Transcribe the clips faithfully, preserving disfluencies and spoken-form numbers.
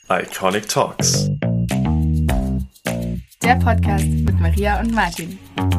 Iconic Talks. Der Podcast mit Maria und Martin.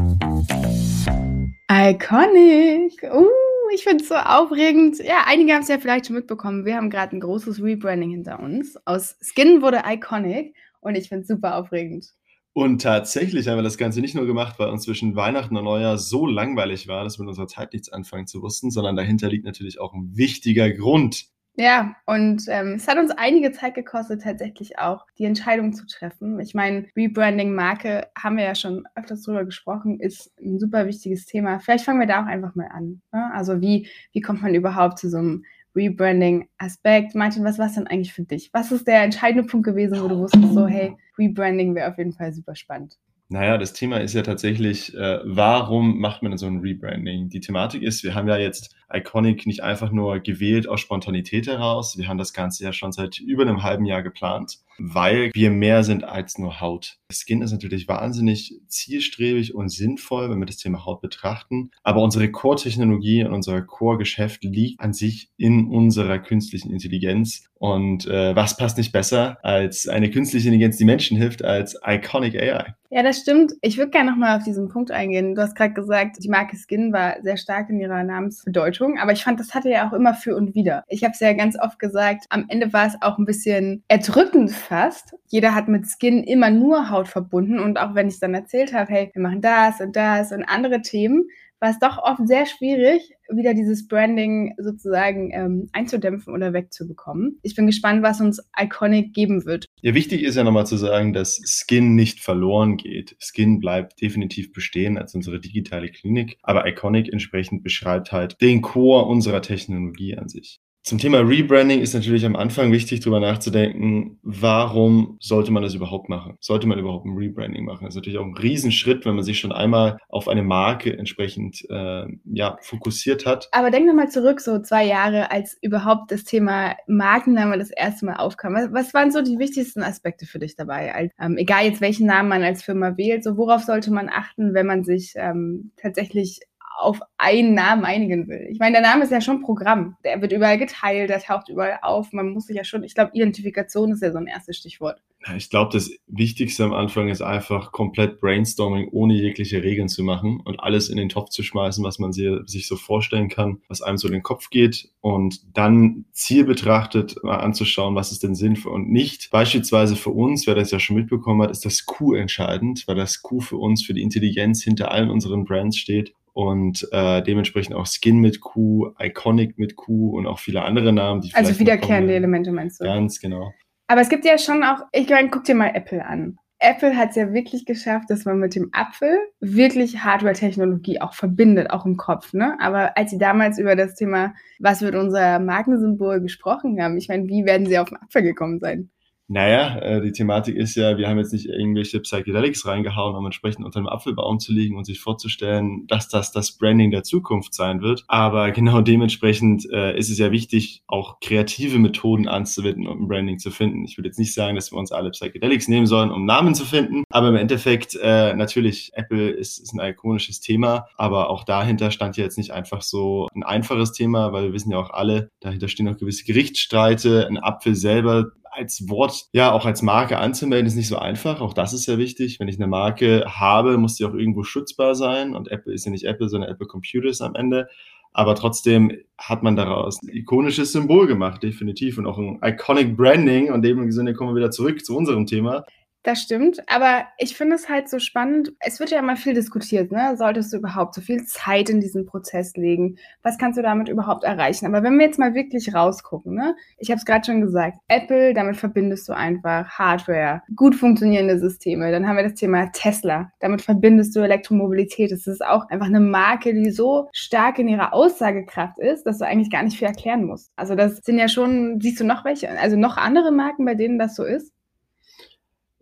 Iconic! Uh, ich finde es so aufregend. Ja, einige haben es ja vielleicht schon mitbekommen. Wir haben gerade ein großes Rebranding hinter uns. Aus Skin wurde Iconic und ich finde es super aufregend. Und tatsächlich haben wir das Ganze nicht nur gemacht, weil uns zwischen Weihnachten und Neujahr so langweilig war, dass wir mit unserer Zeit nichts anfangen zu wussten, sondern dahinter liegt natürlich auch ein wichtiger Grund. Ja, und ähm, es hat uns einige Zeit gekostet, tatsächlich auch die Entscheidung zu treffen. Ich meine, Rebranding, Marke, haben wir ja schon öfters drüber gesprochen, ist ein super wichtiges Thema. Vielleicht fangen wir da auch einfach mal an. Ne? Also wie, wie kommt man überhaupt zu so einem Rebranding-Aspekt? Martin, was war es denn eigentlich für dich? Was ist der entscheidende Punkt gewesen, wo du wusstest, so hey, Rebranding wäre auf jeden Fall super spannend? Naja, das Thema ist ja tatsächlich, äh, warum macht man so ein Rebranding? Die Thematik ist, wir haben ja jetzt Iconic nicht einfach nur gewählt aus Spontanität heraus. Wir haben das Ganze ja schon seit über einem halben Jahr geplant, weil wir mehr sind als nur Haut. Skin ist natürlich wahnsinnig zielstrebig und sinnvoll, wenn wir das Thema Haut betrachten. Aber unsere Core-Technologie und unser Core-Geschäft liegt an sich in unserer künstlichen Intelligenz. Und äh, was passt nicht besser als eine künstliche Intelligenz, die Menschen hilft, als Iconic A I? Ja, das stimmt. Ich würde gerne nochmal auf diesen Punkt eingehen. Du hast gerade gesagt, die Marke Skin war sehr stark in ihrer Namensbedeutung, aber ich fand, das hatte ja auch immer für und wider. Ich habe es ja ganz oft gesagt, am Ende war es auch ein bisschen erdrückend fast. Jeder hat mit Skin immer nur Haut verbunden und auch wenn ich dann erzählt habe, hey, wir machen das und das und andere Themen, war es doch oft sehr schwierig, wieder dieses Branding sozusagen ähm, einzudämpfen oder wegzubekommen. Ich bin gespannt, was uns Iconic geben wird. Ja, wichtig ist ja nochmal zu sagen, dass Skin nicht verloren geht. Skin bleibt definitiv bestehen als unsere digitale Klinik, aber Iconic entsprechend beschreibt halt den Core unserer Technologie an sich. Zum Thema Rebranding ist natürlich am Anfang wichtig, darüber nachzudenken, warum sollte man das überhaupt machen? Sollte man überhaupt ein Rebranding machen? Das ist natürlich auch ein Riesenschritt, wenn man sich schon einmal auf eine Marke entsprechend äh, ja, fokussiert hat. Aber denk nochmal zurück, so zwei Jahre, als überhaupt das Thema Markenname das erste Mal aufkam. Was, was waren so die wichtigsten Aspekte für dich dabei? Also, ähm, egal jetzt, welchen Namen man als Firma wählt, so worauf sollte man achten, wenn man sich ähm, tatsächlich auf einen Namen einigen will. Ich meine, der Name ist ja schon Programm. Der wird überall geteilt, der taucht überall auf. Man muss sich ja schon, ich glaube, Identifikation ist ja so ein erstes Stichwort. Ich glaube, das Wichtigste am Anfang ist einfach komplett Brainstorming, ohne jegliche Regeln zu machen und alles in den Topf zu schmeißen, was man sich so vorstellen kann, was einem so in den Kopf geht und dann zielbetrachtet mal anzuschauen, was ist denn sinnvoll und nicht. Beispielsweise für uns, wer das ja schon mitbekommen hat, ist das Q entscheidend, weil das Q für uns für die Intelligenz hinter allen unseren Brands steht. Und äh, dementsprechend auch Skin mit Q, Iconic mit Q und auch viele andere Namen, die also wiederkehrende Elemente meinst du? Ganz genau. Aber es gibt ja schon auch, ich meine, guck dir mal Apple an. Apple hat es ja wirklich geschafft, dass man mit dem Apfel wirklich Hardware-Technologie auch verbindet, auch im Kopf, ne? Aber als sie damals über das Thema, was wird unser Markensymbol gesprochen haben, ich meine, wie werden sie auf den Apfel gekommen sein? Naja, äh, die Thematik ist ja, wir haben jetzt nicht irgendwelche Psychedelics reingehauen, um entsprechend unter einem Apfelbaum zu liegen und sich vorzustellen, dass das das Branding der Zukunft sein wird. Aber genau dementsprechend äh, ist es ja wichtig, auch kreative Methoden anzuwenden, um ein Branding zu finden. Ich würde jetzt nicht sagen, dass wir uns alle Psychedelics nehmen sollen, um Namen zu finden. Aber im Endeffekt, äh, natürlich, Apple ist, ist ein ikonisches Thema. Aber auch dahinter stand ja jetzt nicht einfach so ein einfaches Thema, weil wir wissen ja auch alle, dahinter stehen auch gewisse Gerichtsstreite. Ein Apfel selber als Wort, ja, auch als Marke anzumelden, ist nicht so einfach. Auch das ist ja wichtig. Wenn ich eine Marke habe, muss die auch irgendwo schützbar sein. Und Apple ist ja nicht Apple, sondern Apple Computers am Ende. Aber trotzdem hat man daraus ein ikonisches Symbol gemacht, definitiv. Und auch ein Iconic Branding. Und in dem Sinne kommen wir wieder zurück zu unserem Thema. Das stimmt, aber ich finde es halt so spannend. Es wird ja immer viel diskutiert, ne? Solltest du überhaupt so viel Zeit in diesen Prozess legen? Was kannst du damit überhaupt erreichen? Aber wenn wir jetzt mal wirklich rausgucken, ne? Ich habe es gerade schon gesagt, Apple, damit verbindest du einfach Hardware, gut funktionierende Systeme. Dann haben wir das Thema Tesla, damit verbindest du Elektromobilität. Das ist auch einfach eine Marke, die so stark in ihrer Aussagekraft ist, dass du eigentlich gar nicht viel erklären musst. Also das sind ja schon, siehst du noch welche, also noch andere Marken, bei denen das so ist?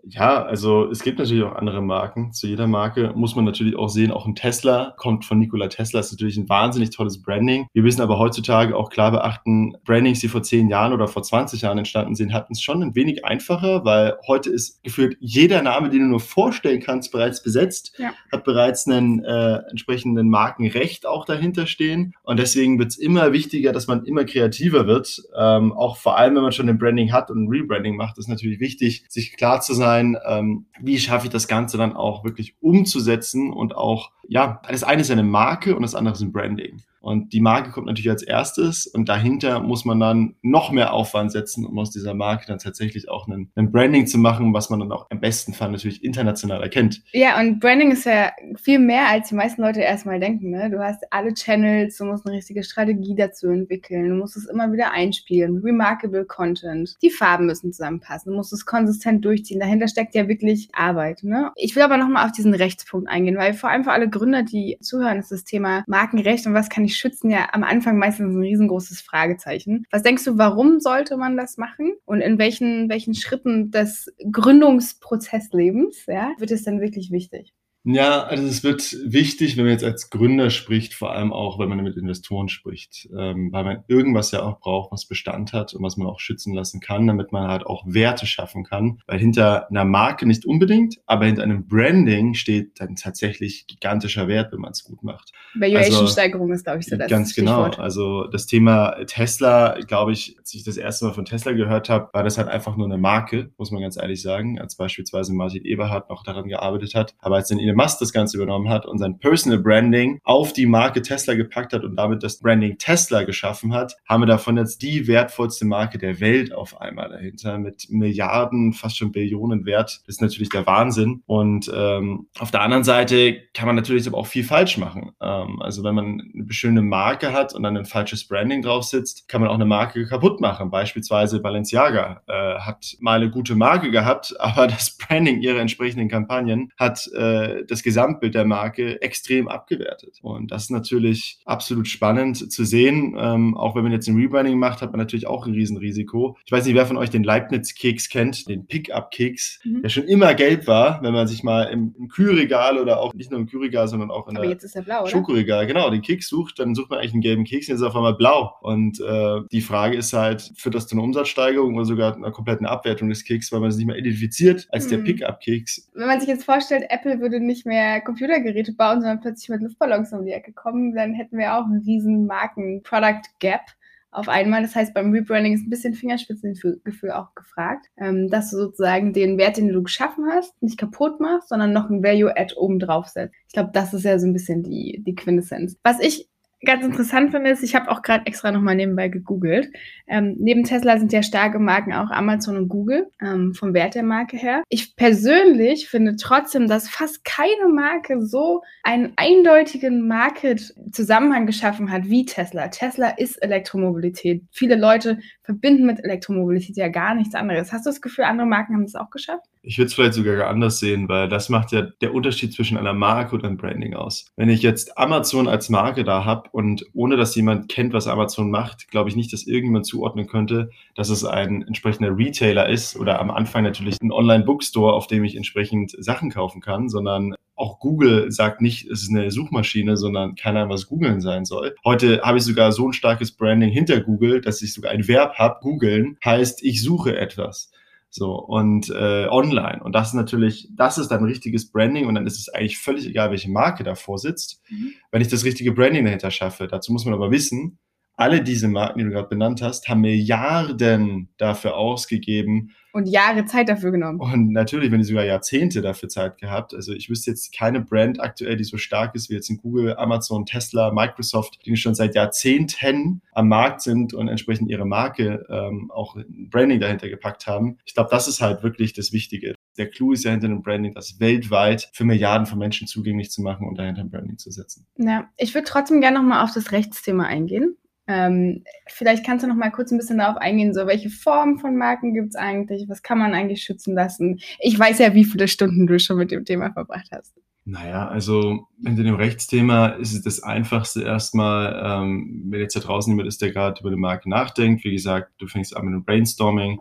Ja, also es gibt natürlich auch andere Marken. Zu jeder Marke muss man natürlich auch sehen, auch ein Tesla kommt von Nikola Tesla, ist natürlich ein wahnsinnig tolles Branding. Wir müssen aber heutzutage auch klar beachten, Brandings, die vor zehn Jahren oder vor zwanzig Jahren entstanden sind, hatten es schon ein wenig einfacher, weil heute ist gefühlt jeder Name, den du nur vorstellen kannst, bereits besetzt, ja. Hat bereits einen äh, entsprechenden Markenrecht auch dahinter stehen. Und deswegen wird es immer wichtiger, dass man immer kreativer wird. Ähm, auch vor allem, wenn man schon ein Branding hat und ein Rebranding macht, ist natürlich wichtig, sich klar zu sein, ähm, wie schaffe ich das Ganze dann auch wirklich umzusetzen und auch, ja, das eine ist eine Marke und das andere ist ein Branding. Und die Marke kommt natürlich als erstes und dahinter muss man dann noch mehr Aufwand setzen, um aus dieser Marke dann tatsächlich auch ein, ein Branding zu machen, was man dann auch im besten Fall natürlich international erkennt. Ja, und Branding ist ja viel mehr, als die meisten Leute erstmal denken. Ne? Du hast alle Channels, du musst eine richtige Strategie dazu entwickeln, du musst es immer wieder einspielen, remarkable Content, die Farben müssen zusammenpassen, du musst es konsistent durchziehen, dahinter steckt ja wirklich Arbeit. Ne? Ich will aber nochmal auf diesen Rechtspunkt eingehen, weil vor allem für alle Gründer, die zuhören, ist das Thema Markenrecht und was kann ich schützen, ja am Anfang meistens ein riesengroßes Fragezeichen. Was denkst du, warum sollte man das machen? Und in welchen, welchen Schritten des Gründungsprozesslebens, ja, wird es dann wirklich wichtig? Ja, also es wird wichtig, wenn man jetzt als Gründer spricht, vor allem auch, wenn man mit Investoren spricht, ähm, weil man irgendwas ja auch braucht, was Bestand hat und was man auch schützen lassen kann, damit man halt auch Werte schaffen kann. Weil hinter einer Marke nicht unbedingt, aber hinter einem Branding steht dann tatsächlich gigantischer Wert, wenn man es gut macht. Valuation-Steigerung ist, glaube ich, so das Ganz Stichwort. Genau. Also das Thema Tesla, glaube ich, als ich das erste Mal von Tesla gehört habe, war das halt einfach nur eine Marke, muss man ganz ehrlich sagen, als beispielsweise Martin Eberhard noch daran gearbeitet hat. Aber als dann Elon Musk das Ganze übernommen hat und sein Personal Branding auf die Marke Tesla gepackt hat und damit das Branding Tesla geschaffen hat, haben wir davon jetzt die wertvollste Marke der Welt auf einmal dahinter mit Milliarden, fast schon Billionen Wert. Das ist natürlich der Wahnsinn. Und ähm, auf der anderen Seite kann man natürlich aber auch viel falsch machen. Ähm, also wenn man eine schöne Marke hat und dann ein falsches Branding drauf sitzt, kann man auch eine Marke kaputt machen. Beispielsweise Balenciaga äh, hat mal eine gute Marke gehabt, aber das Branding ihrer entsprechenden Kampagnen hat äh, das Gesamtbild der Marke extrem abgewertet. Und das ist natürlich absolut spannend zu sehen. Ähm, auch wenn man jetzt ein Rebranding macht, hat man natürlich auch ein Riesenrisiko. Ich weiß nicht, wer von euch den Leibniz-Keks kennt, den Pick-up-Keks, mhm. der schon immer gelb war, wenn man sich mal im, im Kühlregal oder auch nicht nur im Kühlregal, sondern auch in aber der jetzt ist er blau, oder? Schokoregal, genau, den Keks sucht, dann sucht man eigentlich einen gelben Keks und jetzt ist er auf einmal blau. Und äh, die Frage ist halt, führt das zu einer Umsatzsteigerung oder sogar einer kompletten Abwertung des Keks, weil man es nicht mehr identifiziert als hm. der Pick-up-Keks? Wenn man sich jetzt vorstellt, Apple würde nicht mehr Computergeräte bauen, sondern plötzlich mit Luftballons um die Ecke kommen, dann hätten wir auch einen riesen Marken-Product-Gap auf einmal. Das heißt, beim Rebranding ist ein bisschen Fingerspitzengefühl auch gefragt, ähm, dass du sozusagen den Wert, den du geschaffen hast, nicht kaputt machst, sondern noch ein Value-Add oben drauf setzt. Ich glaube, das ist ja so ein bisschen die, die Quintessenz. Was ich ganz interessant finde, ist, ich habe auch gerade extra nochmal nebenbei gegoogelt. Ähm, neben Tesla sind ja starke Marken auch Amazon und Google, ähm, vom Wert der Marke her. Ich persönlich finde trotzdem, dass fast keine Marke so einen eindeutigen Market-Zusammenhang geschaffen hat wie Tesla. Tesla ist Elektromobilität. Viele Leute verbinden mit Elektromobilität ja gar nichts anderes. Hast du das Gefühl, andere Marken haben das auch geschafft? Ich würde es vielleicht sogar anders sehen, weil das macht ja der Unterschied zwischen einer Marke und einem Branding aus. Wenn ich jetzt Amazon als Marke da habe und ohne dass jemand kennt, was Amazon macht, glaube ich nicht, dass irgendjemand zuordnen könnte, dass es ein entsprechender Retailer ist oder am Anfang natürlich ein Online-Bookstore, auf dem ich entsprechend Sachen kaufen kann, sondern auch Google sagt nicht, es ist eine Suchmaschine, sondern keine Ahnung, was Googlen sein soll. Heute habe ich sogar so ein starkes Branding hinter Google, dass ich sogar ein Verb habe. Googeln heißt, ich suche etwas. So, und äh, online. Und das ist natürlich, das ist dann richtiges Branding und dann ist es eigentlich völlig egal, welche Marke davor sitzt, mhm. wenn ich das richtige Branding dahinter schaffe. Dazu muss man aber wissen, alle diese Marken, die du gerade benannt hast, haben Milliarden dafür ausgegeben. Und Jahre Zeit dafür genommen. Und natürlich, wenn die sogar Jahrzehnte dafür Zeit gehabt. Also ich wüsste jetzt keine Brand aktuell, die so stark ist wie jetzt in Google, Amazon, Tesla, Microsoft, die schon seit Jahrzehnten am Markt sind und entsprechend ihre Marke ähm, auch ein Branding dahinter gepackt haben. Ich glaube, das ist halt wirklich das Wichtige. Der Clou ist ja hinter einem Branding, das weltweit für Milliarden von Menschen zugänglich zu machen und dahinter ein Branding zu setzen. Ja, ich würde trotzdem gerne nochmal auf das Rechtsthema eingehen. Ähm, vielleicht kannst du noch mal kurz ein bisschen darauf eingehen, so welche Formen von Marken gibt es eigentlich, was kann man eigentlich schützen lassen? Ich weiß ja, wie viele Stunden du schon mit dem Thema verbracht hast. Naja, also hinter dem Rechtsthema ist es das Einfachste erstmal, ähm, wenn jetzt da draußen jemand ist, der gerade über eine Marke nachdenkt, wie gesagt, du fängst an mit einem Brainstorming,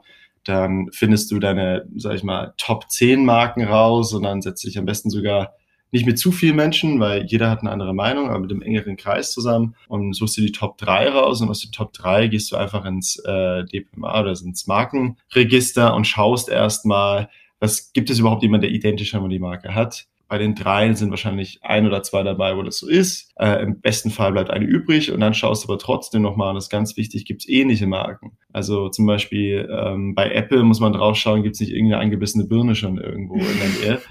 dann findest du deine, sag ich mal, Top zehn Marken raus und dann setzt dich am besten sogar nicht mit zu vielen Menschen, weil jeder hat eine andere Meinung, aber mit einem engeren Kreis zusammen und suchst dir die Top drei raus und aus den Top drei gehst du einfach ins äh, D P M A oder ins Markenregister und schaust erstmal, was gibt es überhaupt jemand, der identisch einmal die Marke hat. Bei den dreien sind wahrscheinlich ein oder zwei dabei, wo das so ist. Äh, im besten Fall bleibt eine übrig und dann schaust du aber trotzdem nochmal, und das ist ganz wichtig, gibt es ähnliche Marken. Also zum Beispiel ähm, bei Apple muss man drauf schauen, gibt es nicht irgendeine eingebissene Birne schon irgendwo in der Nähe.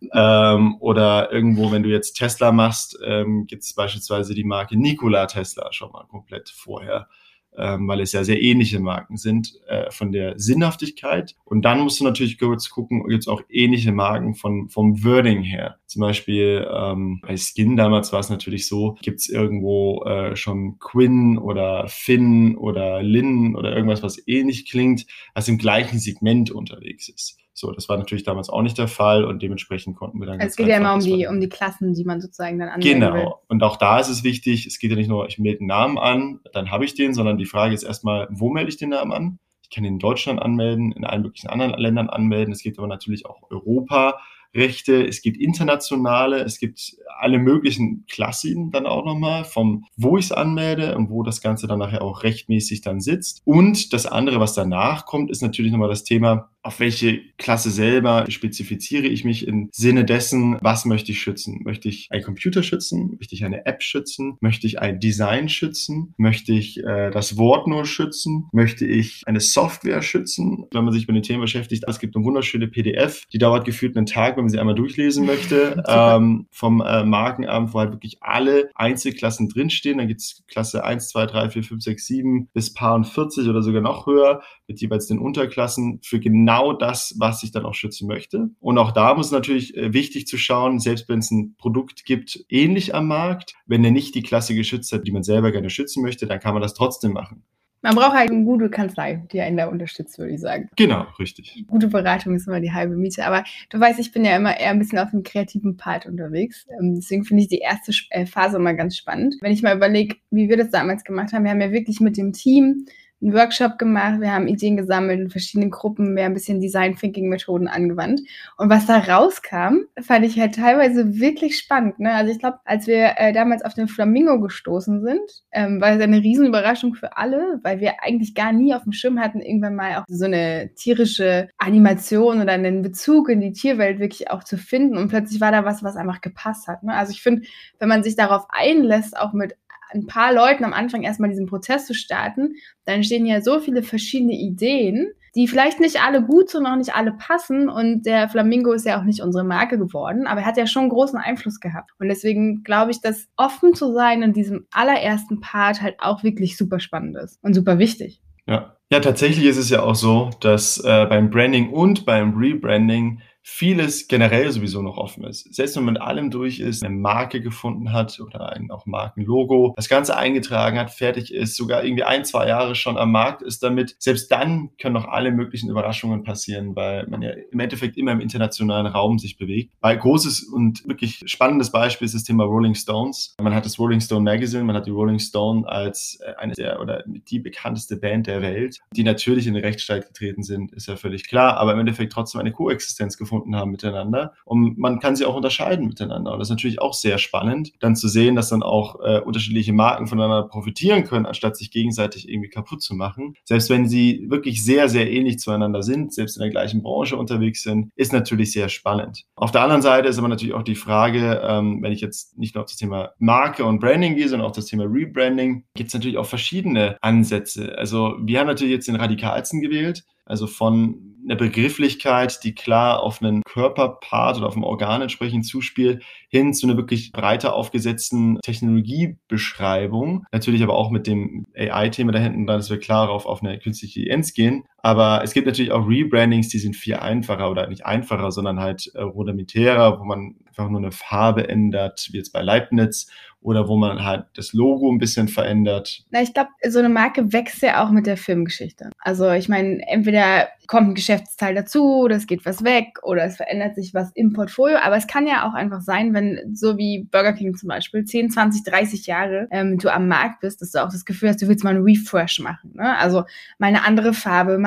ähm, oder irgendwo, wenn du jetzt Tesla machst, ähm, gibt es beispielsweise die Marke Nikola Tesla schon mal komplett vorher. Ähm, weil es ja sehr ähnliche Marken sind äh, von der Sinnhaftigkeit. Und dann musst du natürlich kurz gucken, gibt es auch ähnliche Marken von vom Wording her. Zum Beispiel ähm, bei Skin damals war es natürlich so, gibt es irgendwo äh, schon Quinn oder Finn oder Lin oder irgendwas, was ähnlich klingt, was im gleichen Segment unterwegs ist. So, das war natürlich damals auch nicht der Fall und dementsprechend konnten wir dann also es geht ja immer um die, um die Klassen, die man sozusagen dann anmelden genau. will. Genau, und auch da ist es wichtig, es geht ja nicht nur, ich melde einen Namen an, dann habe ich den, sondern die Frage ist erstmal, wo melde ich den Namen an? Ich kann ihn in Deutschland anmelden, in allen möglichen anderen Ländern anmelden, es gibt aber natürlich auch Europa, Rechte, es gibt internationale, es gibt alle möglichen Klassen dann auch nochmal, vom wo ich es anmelde und wo das Ganze dann nachher auch rechtmäßig dann sitzt. Und das andere, was danach kommt, ist natürlich nochmal das Thema, auf welche Klasse selber spezifiziere ich mich im Sinne dessen, was möchte ich schützen? Möchte ich einen Computer schützen? Möchte ich eine App schützen? Möchte ich ein Design schützen? Möchte ich äh, das Wort nur schützen? Möchte ich eine Software schützen? Wenn man sich mit den Themen beschäftigt, es gibt eine wunderschöne P D F, die dauert gefühlt einen Tag, wenn man sie einmal durchlesen möchte, ähm, vom äh, Markenamt, wo halt wirklich alle Einzelklassen drinstehen. Dann gibt es Klasse eins, zwei, drei, vier, fünf, sechs, sieben bis Paar vierzig oder sogar noch höher mit jeweils den Unterklassen für genau das, was ich dann auch schützen möchte. Und auch da muss natürlich äh, wichtig zu schauen, selbst wenn es ein Produkt gibt, ähnlich am Markt, wenn er nicht die Klasse geschützt hat, die man selber gerne schützen möchte, dann kann man das trotzdem machen. Man braucht halt eine gute Kanzlei, die einen da unterstützt, würde ich sagen. Genau, richtig. Gute Beratung ist immer die halbe Miete. Aber du weißt, ich bin ja immer eher ein bisschen auf dem kreativen Part unterwegs. Deswegen finde ich die erste Phase immer ganz spannend. Wenn ich mal überlege, wie wir das damals gemacht haben, wir haben ja wirklich mit dem Team einen Workshop gemacht, wir haben Ideen gesammelt in verschiedenen Gruppen, wir haben ein bisschen Design-Thinking-Methoden angewandt. Und was da rauskam, fand ich halt teilweise wirklich spannend. Ne? Also ich glaube, als wir äh, damals auf den Flamingo gestoßen sind, ähm, war das eine Riesenüberraschung für alle, weil wir eigentlich gar nie auf dem Schirm hatten, irgendwann mal auch so eine tierische Animation oder einen Bezug in die Tierwelt wirklich auch zu finden. Und plötzlich war da was, was einfach gepasst hat. Ne? Also ich finde, wenn man sich darauf einlässt, auch mit ein paar Leuten am Anfang erstmal diesen Prozess zu starten, dann entstehen ja so viele verschiedene Ideen, die vielleicht nicht alle gut sind, auch nicht alle passen. Und der Flamingo ist ja auch nicht unsere Marke geworden, aber er hat ja schon einen großen Einfluss gehabt. Und deswegen glaube ich, dass offen zu sein in diesem allerersten Part halt auch wirklich super spannend ist und super wichtig. Ja, ja, tatsächlich ist es ja auch so, dass äh, beim Branding und beim Rebranding vieles generell sowieso noch offen ist. Selbst wenn man mit allem durch ist, eine Marke gefunden hat oder ein auch Markenlogo, das Ganze eingetragen hat, fertig ist, sogar irgendwie ein, zwei Jahre schon am Markt ist damit, selbst dann können noch alle möglichen Überraschungen passieren, weil man ja im Endeffekt immer im internationalen Raum sich bewegt. Ein großes und wirklich spannendes Beispiel ist das Thema Rolling Stones. Man hat das Rolling Stone Magazine, man hat die Rolling Stone als eine der oder die bekannteste Band der Welt, die natürlich in den Rechtsstreit getreten sind, ist ja völlig klar, aber im Endeffekt trotzdem eine Koexistenz gefunden haben miteinander und man kann sie auch unterscheiden miteinander und das ist natürlich auch sehr spannend, dann zu sehen, dass dann auch äh, unterschiedliche Marken voneinander profitieren können, anstatt sich gegenseitig irgendwie kaputt zu machen. Selbst wenn sie wirklich sehr, sehr ähnlich zueinander sind, selbst in der gleichen Branche unterwegs sind, ist natürlich sehr spannend. Auf der anderen Seite ist aber natürlich auch die Frage, ähm, wenn ich jetzt nicht nur auf das Thema Marke und Branding gehe, sondern auch das Thema Rebranding, gibt es natürlich auch verschiedene Ansätze. Also wir haben natürlich jetzt den radikalsten gewählt, also von einer Begrifflichkeit, die klar auf einen Körperpart oder auf ein Organ entsprechend zuspielt, hin zu einer wirklich breiter aufgesetzten Technologiebeschreibung. Natürlich aber auch mit dem A I-Thema da hinten dran, dass wir klar auf, auf eine künstliche Intelligenz gehen. Aber es gibt natürlich auch Rebrandings, die sind viel einfacher oder nicht einfacher, sondern halt äh, rudimentärer, wo man einfach nur eine Farbe ändert, wie jetzt bei Leibniz, oder wo man halt das Logo ein bisschen verändert. Na, ich glaube, so eine Marke wächst ja auch mit der Filmgeschichte. Also ich meine, entweder kommt ein Geschäftsteil dazu oder es geht was weg oder es verändert sich was im Portfolio, aber es kann ja auch einfach sein, wenn so wie Burger King zum Beispiel zehn, zwanzig, dreißig Jahre ähm, du am Markt bist, dass du auch das Gefühl hast, du willst mal einen Refresh machen. Ne? Also mal eine andere Farbe, mal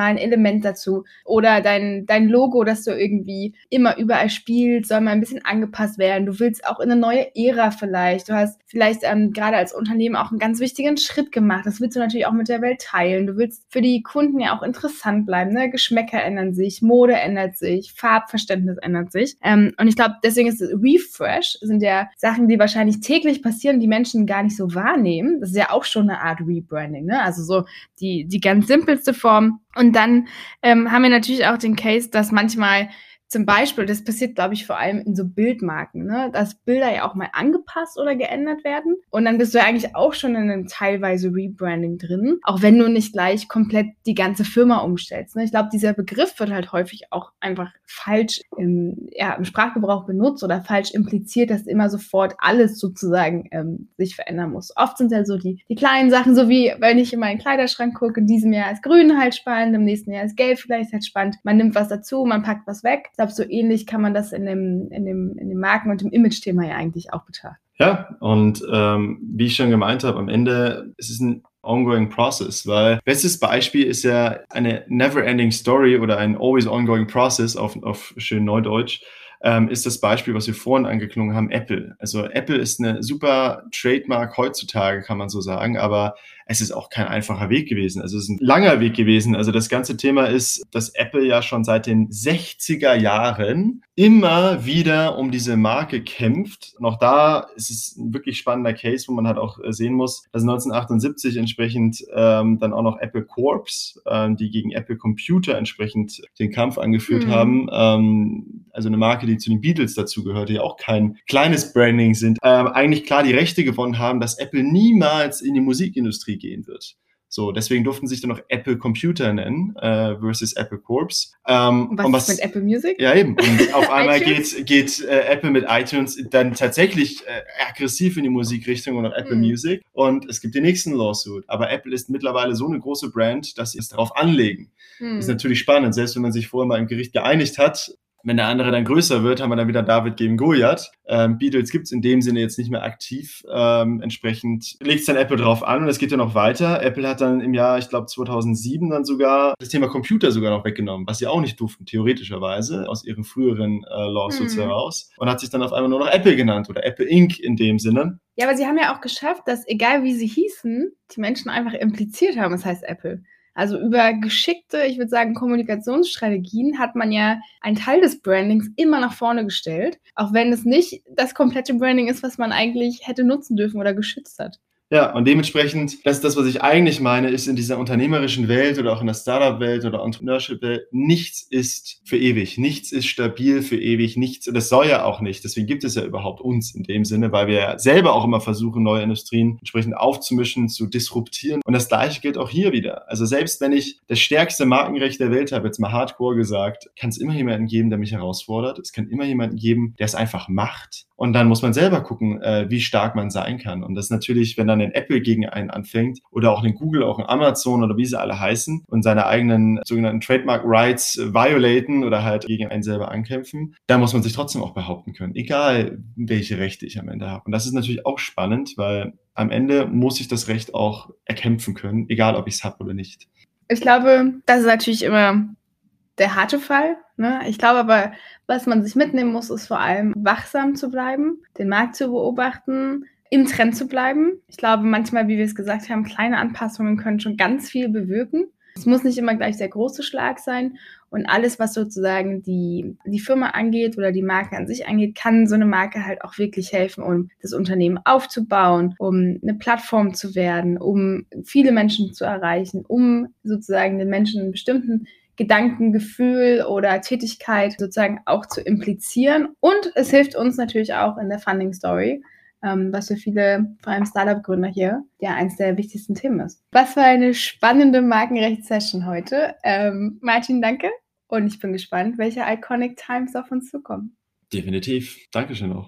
ein Element dazu. Oder dein, dein Logo, das du irgendwie immer überall spielst, soll mal ein bisschen angepasst werden. Du willst auch in eine neue Ära vielleicht. Du hast vielleicht ähm, gerade als Unternehmen auch einen ganz wichtigen Schritt gemacht. Das willst du natürlich auch mit der Welt teilen. Du willst für die Kunden ja auch interessant bleiben. Ne? Geschmäcker ändern sich, Mode ändert sich, Farbverständnis ändert sich. Ähm, und ich glaube, deswegen ist es Refresh, sind ja Sachen, die wahrscheinlich täglich passieren, die Menschen gar nicht so wahrnehmen. Das ist ja auch schon eine Art Rebranding, ne? Also so die, die ganz simpelste Form. Und dann ähm, haben wir natürlich auch den Case, dass manchmal zum Beispiel, das passiert, glaube ich, vor allem in so Bildmarken, ne? Dass Bilder ja auch mal angepasst oder geändert werden. Und dann bist du ja eigentlich auch schon in einem teilweise Rebranding drin, auch wenn du nicht gleich komplett die ganze Firma umstellst. Ne? Ich glaube, dieser Begriff wird halt häufig auch einfach falsch im, ja, im Sprachgebrauch benutzt oder falsch impliziert, dass immer sofort alles sozusagen ähm, sich verändern muss. Oft sind ja so die, die kleinen Sachen, so wie wenn ich in meinen Kleiderschrank gucke, in diesem Jahr ist grün halt spannend, im nächsten Jahr ist gelb vielleicht halt spannend. Man nimmt was dazu, man packt was weg. Ich glaube, so ähnlich kann man das in dem, in dem, in dem Marken- und dem Image-Thema ja eigentlich auch betrachten. Ja, und ähm, wie ich schon gemeint habe, am Ende ist es ein ongoing process, weil bestes Beispiel ist ja eine never-ending story oder ein always ongoing process auf, auf schön Neudeutsch, ähm, ist das Beispiel, was wir vorhin angeklungen haben, Apple. Also Apple ist eine super Trademark heutzutage, kann man so sagen, aber es ist auch kein einfacher Weg gewesen. Also es ist ein langer Weg gewesen. Also das ganze Thema ist, dass Apple ja schon seit den sechziger Jahren immer wieder um diese Marke kämpft. Und auch da ist es ein wirklich spannender Case, wo man halt auch sehen muss, dass neunzehnhundertachtundsiebzig entsprechend ähm, dann auch noch Apple Corps, ähm, die gegen Apple Computer entsprechend den Kampf angeführt mhm. haben. Ähm, also eine Marke, die zu den Beatles dazugehörte, ja auch kein kleines Branding sind, ähm, eigentlich klar die Rechte gewonnen haben, dass Apple niemals in die Musikindustrie gehen wird. So, deswegen durften sie sich dann noch Apple Computer nennen, äh, versus Apple Corps. Ähm, und was, und was ist mit Apple Music? Ja, eben. Und auf einmal geht, geht äh, Apple mit iTunes dann tatsächlich äh, aggressiv in die Musikrichtung und auf Apple hm. Music. Und es gibt den nächsten Lawsuit. Aber Apple ist mittlerweile so eine große Brand, dass sie es darauf anlegen. Hm. Das ist natürlich spannend, selbst wenn man sich vorher mal im Gericht geeinigt hat. Wenn der andere dann größer wird, haben wir dann wieder David gegen Goliath. Ähm, Beatles gibt's in dem Sinne jetzt nicht mehr aktiv. Ähm, entsprechend legt's dann Apple drauf an und es geht ja noch weiter. Apple hat dann im Jahr, ich glaube zweitausendsieben dann sogar das Thema Computer sogar noch weggenommen, was sie auch nicht durften, theoretischerweise, aus ihren früheren äh, Lawsuits hm. heraus. Und hat sich dann auf einmal nur noch Apple genannt oder Apple Incorporated in dem Sinne. Ja, aber sie haben ja auch geschafft, dass egal wie sie hießen, die Menschen einfach impliziert haben, es heißt Apple. Also über geschickte, ich würde sagen, Kommunikationsstrategien hat man ja einen Teil des Brandings immer nach vorne gestellt, auch wenn es nicht das komplette Branding ist, was man eigentlich hätte nutzen dürfen oder geschützt hat. Ja, und dementsprechend, das ist das, was ich eigentlich meine, ist in dieser unternehmerischen Welt oder auch in der Startup-Welt oder Entrepreneurship-Welt, nichts ist für ewig, nichts ist stabil für ewig, nichts, und das soll ja auch nicht, deswegen gibt es ja überhaupt uns in dem Sinne, weil wir selber auch immer versuchen, neue Industrien entsprechend aufzumischen, zu disruptieren, und das Gleiche gilt auch hier wieder. Also selbst wenn ich das stärkste Markenrecht der Welt habe, jetzt mal hardcore gesagt, kann es immer jemanden geben, der mich herausfordert, es kann immer jemanden geben, der es einfach macht, und dann muss man selber gucken, äh, wie stark man sein kann, und das ist natürlich, wenn dann ein Apple gegen einen anfängt oder auch ein Google, auch ein Amazon oder wie sie alle heißen und seine eigenen sogenannten Trademark Rights violaten oder halt gegen einen selber ankämpfen, da muss man sich trotzdem auch behaupten können, egal welche Rechte ich am Ende habe. Und das ist natürlich auch spannend, weil am Ende muss ich das Recht auch erkämpfen können, egal ob ich es habe oder nicht. Ich glaube, das ist natürlich immer der harte Fall. Ne? Ich glaube aber, was man sich mitnehmen muss, ist vor allem wachsam zu bleiben, den Markt zu beobachten, im Trend zu bleiben. Ich glaube, manchmal, wie wir es gesagt haben, kleine Anpassungen können schon ganz viel bewirken. Es muss nicht immer gleich der große Schlag sein. Und alles, was sozusagen die, die Firma angeht oder die Marke an sich angeht, kann so eine Marke halt auch wirklich helfen, um das Unternehmen aufzubauen, um eine Plattform zu werden, um viele Menschen zu erreichen, um sozusagen den Menschen einen bestimmten Gedanken, Gefühl oder Tätigkeit sozusagen auch zu implizieren. Und es hilft uns natürlich auch in der Funding Story, ähm, was für viele, vor allem Startup-Gründer hier, ja eins der wichtigsten Themen ist. Was für eine spannende Markenrechts-Session heute. Ähm, Martin, danke. Und ich bin gespannt, welche Iconic Times auf uns zukommen. Definitiv. Dankeschön auch.